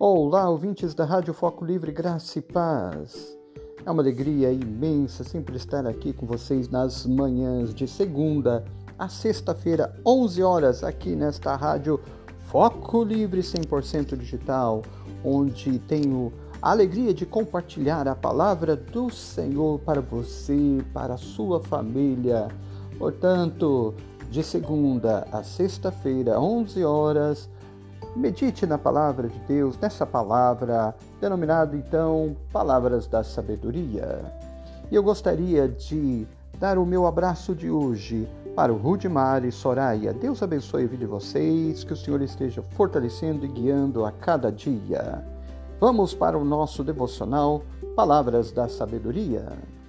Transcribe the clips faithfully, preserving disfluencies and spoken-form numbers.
Olá, ouvintes da Rádio Foco Livre, Graça e Paz. É uma alegria imensa sempre estar aqui com vocês nas manhãs de segunda a sexta-feira, onze horas, aqui nesta Rádio Foco Livre cem por cento digital, onde tenho a alegria de compartilhar a palavra do Senhor para você, para a sua família. Portanto, de segunda a sexta-feira, onze horas, medite na palavra de Deus, nessa palavra, denominada então Palavras da Sabedoria. E eu gostaria de dar o meu abraço de hoje para o Rudimar e Soraya. Deus abençoe a vida de vocês, que o Senhor esteja fortalecendo e guiando a cada dia. Vamos para o nosso devocional Palavras da Sabedoria.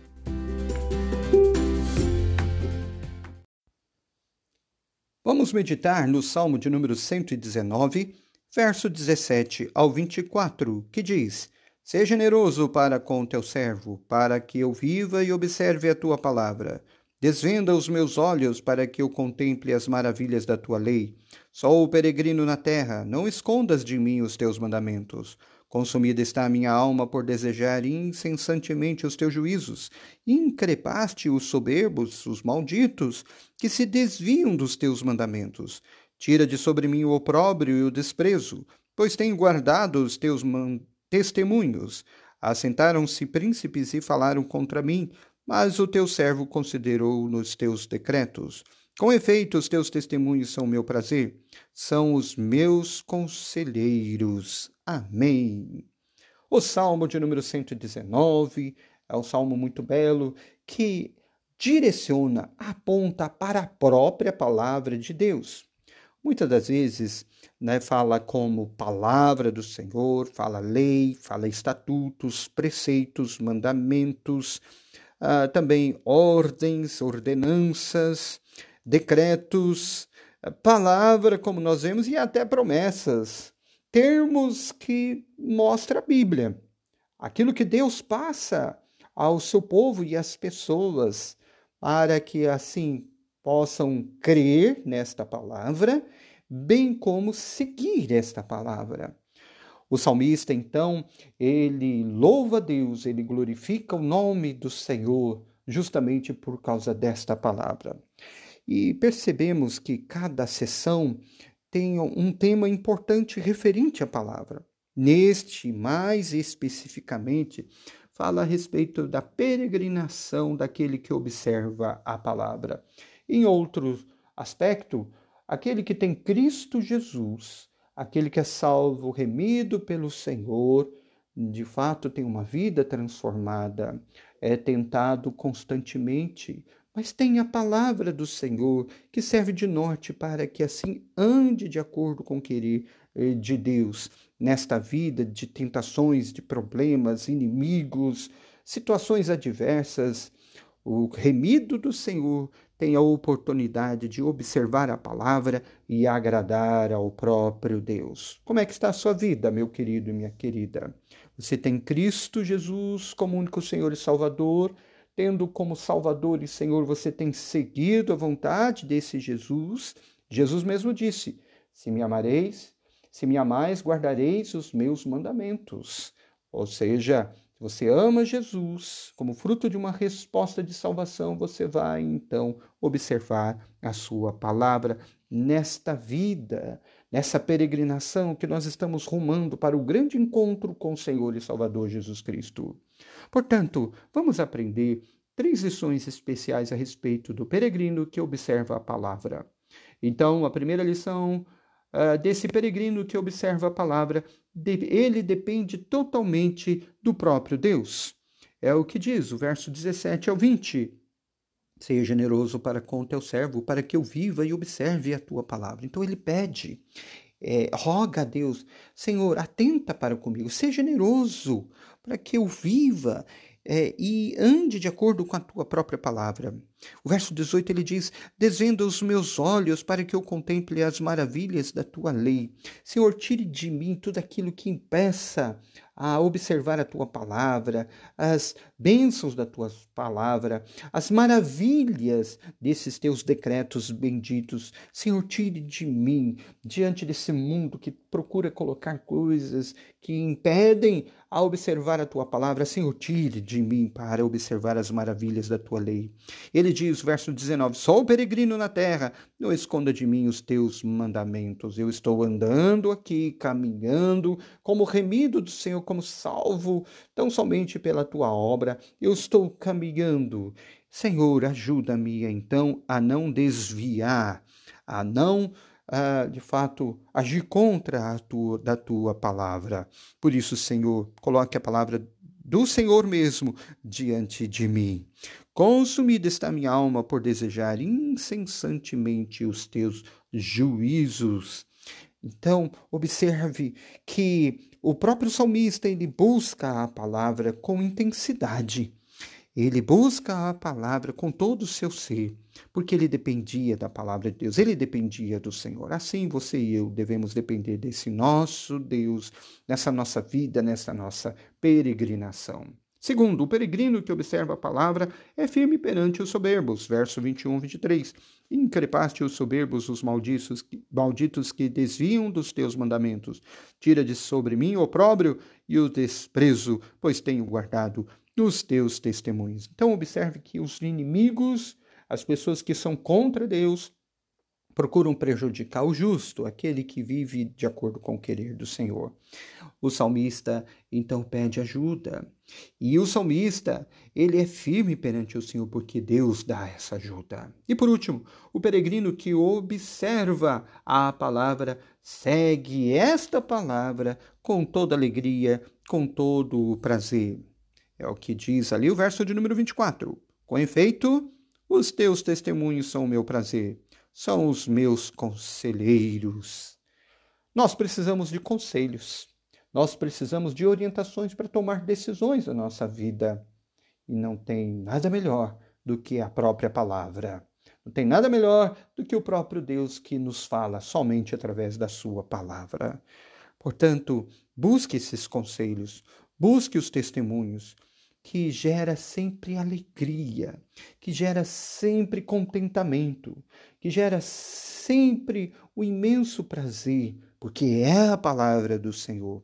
Vamos meditar no Salmo de número cento e dezenove, verso dezessete ao vinte e quatro, que diz: Seja generoso para com teu servo, para que eu viva e observe a tua palavra. Desvenda os meus olhos para que eu contemple as maravilhas da tua lei. Sou o peregrino na terra, não escondas de mim os teus mandamentos. Consumida está a minha alma por desejar incessantemente os teus juízos. Increpaste os soberbos, os malditos, que se desviam dos teus mandamentos. Tira de sobre mim o opróbrio e o desprezo, pois tenho guardado os teus man... testemunhos. Assentaram-se príncipes e falaram contra mim, mas o teu servo considerou nos teus decretos. Com efeito, os teus testemunhos são meu prazer, são os meus conselheiros. Amém. O Salmo de número cento e dezenove é um salmo muito belo que direciona, aponta para a própria palavra de Deus. Muitas das vezes, né, fala como palavra do Senhor, fala lei, fala estatutos, preceitos, mandamentos, uh, também ordens, ordenanças, decretos, palavra, como nós vemos, e até promessas, termos que mostra a Bíblia. Aquilo que Deus passa ao seu povo e às pessoas, para que assim possam crer nesta palavra, bem como seguir esta palavra. O salmista, então, ele louva a Deus, ele glorifica o nome do Senhor, justamente por causa desta palavra. E percebemos que cada sessão tem um tema importante referente à palavra. Neste, mais especificamente, fala a respeito da peregrinação daquele que observa a palavra. Em outro aspecto, aquele que tem Cristo Jesus, aquele que é salvo, remido pelo Senhor, de fato tem uma vida transformada, é tentado constantemente, mas tem a palavra do Senhor que serve de norte para que assim ande de acordo com o querer de Deus nesta vida de tentações, de problemas, inimigos, situações adversas. O remido do Senhor tem a oportunidade de observar a palavra e agradar ao próprio Deus. Como é que está a sua vida, meu querido e minha querida? Você tem Cristo Jesus como único Senhor e Salvador? Tendo como Salvador e Senhor, você tem seguido a vontade desse Jesus? Jesus mesmo disse: se me amareis, se me amais, guardareis os meus mandamentos. Ou seja, se você ama Jesus, como fruto de uma resposta de salvação, você vai, então, observar a sua palavra nesta vida, nessa peregrinação que nós estamos rumando para o grande encontro com o Senhor e Salvador Jesus Cristo. Portanto, vamos aprender três lições especiais a respeito do peregrino que observa a palavra. Então, a primeira lição uh, desse peregrino que observa a palavra, ele depende totalmente do próprio Deus. É o que diz o verso dezessete ao vinte. Seja generoso para com teu servo, para que eu viva e observe a tua palavra. Então ele pede, é, roga a Deus: Senhor, atenta para comigo, seja generoso para que eu viva é, e ande de acordo com a tua própria palavra. O verso dezoito ele diz: desvenda os meus olhos para que eu contemple as maravilhas da tua lei. Senhor, tire de mim tudo aquilo que impeça a observar a tua palavra, as bênçãos da tua palavra, as maravilhas desses teus decretos benditos. Senhor, tire de mim, diante desse mundo que procura colocar coisas que impedem a observar a tua palavra. Senhor, tire de mim para observar as maravilhas da tua lei. Ele diz, verso dezenove, sou peregrino na terra, não esconda de mim os teus mandamentos. Eu estou andando aqui, caminhando, como remido do Senhor, como salvo, tão somente pela tua obra. Eu estou caminhando. Senhor, ajuda-me então a não desviar, a não Uh, de fato, agir contra a tua, da tua palavra. Por isso, Senhor, coloque a palavra do Senhor mesmo diante de mim. Consumida está minha alma por desejar incessantemente os teus juízos. Então, observe que o próprio salmista, ele busca a palavra com intensidade. Ele busca a palavra com todo o seu ser, porque ele dependia da palavra de Deus, ele dependia do Senhor. Assim você e eu devemos depender desse nosso Deus, nessa nossa vida, nessa nossa peregrinação. Segundo, o peregrino que observa a palavra é firme perante os soberbos. Verso vinte e um, vinte e três. Increpaste os soberbos, os malditos, malditos que desviam dos teus mandamentos. Tira de sobre mim o opróbrio e o desprezo, pois tenho guardado dos teus testemunhos. Então, observe que os inimigos, as pessoas que são contra Deus, procuram prejudicar o justo, aquele que vive de acordo com o querer do Senhor. O salmista, então, pede ajuda. E o salmista, ele é firme perante o Senhor, porque Deus dá essa ajuda. E por último, o peregrino que observa a palavra, segue esta palavra com toda alegria, com todo o prazer. É o que diz ali o verso de número vinte e quatro. Com efeito, os teus testemunhos são o meu prazer, são os meus conselheiros. Nós precisamos de conselhos, nós precisamos de orientações para tomar decisões na nossa vida. E não tem nada melhor do que a própria palavra. Não tem nada melhor do que o próprio Deus que nos fala somente através da sua palavra. Portanto, busque esses conselhos, busque os testemunhos, que gera sempre alegria, que gera sempre contentamento, que gera sempre o imenso prazer, porque é a palavra do Senhor.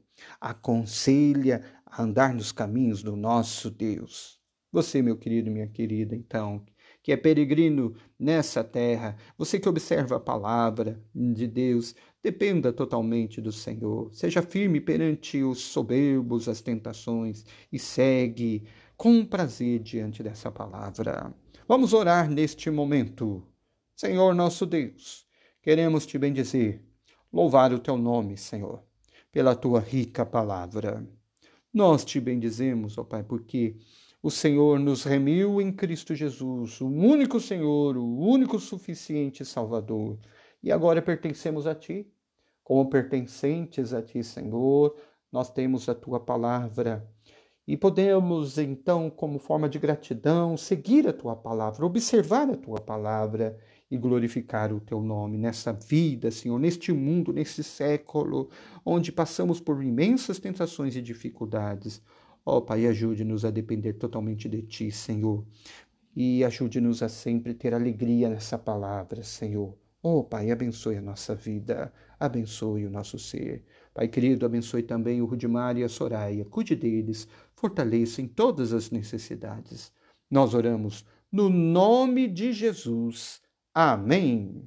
Aconselha a andar nos caminhos do nosso Deus. Você, meu querido e minha querida, então, que é peregrino nessa terra, você que observa a palavra de Deus, dependa totalmente do Senhor. Seja firme perante os soberbos, as tentações, e segue com prazer diante dessa palavra. Vamos orar neste momento. Senhor nosso Deus, queremos te bendizer, louvar o teu nome, Senhor, pela tua rica palavra. Nós te bendizemos, ó Pai, porque o Senhor nos remiu em Cristo Jesus, o único Senhor, o único suficiente Salvador. E agora pertencemos a Ti. Como pertencentes a Ti, Senhor, nós temos a Tua palavra. E podemos, então, como forma de gratidão, seguir a Tua palavra, observar a Tua palavra e glorificar o Teu nome nessa vida, Senhor, neste mundo, nesse século, onde passamos por imensas tentações e dificuldades. Ó Pai, ajude-nos a depender totalmente de Ti, Senhor, e ajude-nos a sempre ter alegria nessa palavra, Senhor. Ó Pai, abençoe a nossa vida, abençoe o nosso ser. Pai querido, abençoe também o Rudimar e a Soraya, cuide deles, fortaleça em todas as necessidades. Nós oramos no nome de Jesus. Amém.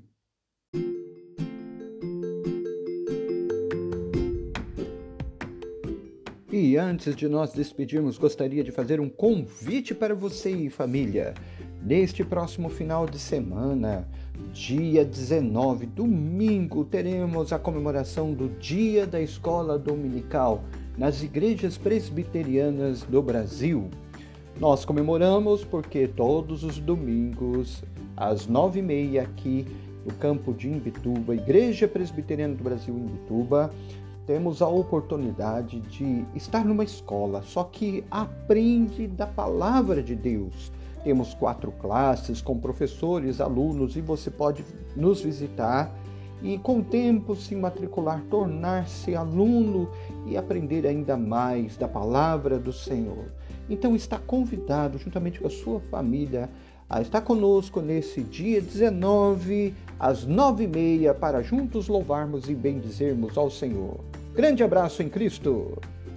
E antes de nós despedirmos, gostaria de fazer um convite para você e família. Neste próximo final de semana, dia dezenove, domingo, teremos a comemoração do Dia da Escola Dominical nas igrejas presbiterianas do Brasil. Nós comemoramos porque todos os domingos, às nove e meia, aqui no campo de Imbituba, Igreja Presbiteriana do Brasil, Imbituba, temos a oportunidade de estar numa escola, só que aprende da palavra de Deus. Temos quatro classes com professores, alunos, e você pode nos visitar e, com o tempo, se matricular, tornar-se aluno e aprender ainda mais da palavra do Senhor. Então, está convidado, juntamente com a sua família, a estar conosco nesse dia dezenove, às nove e meia, para juntos louvarmos e bendizermos ao Senhor. Grande abraço em Cristo!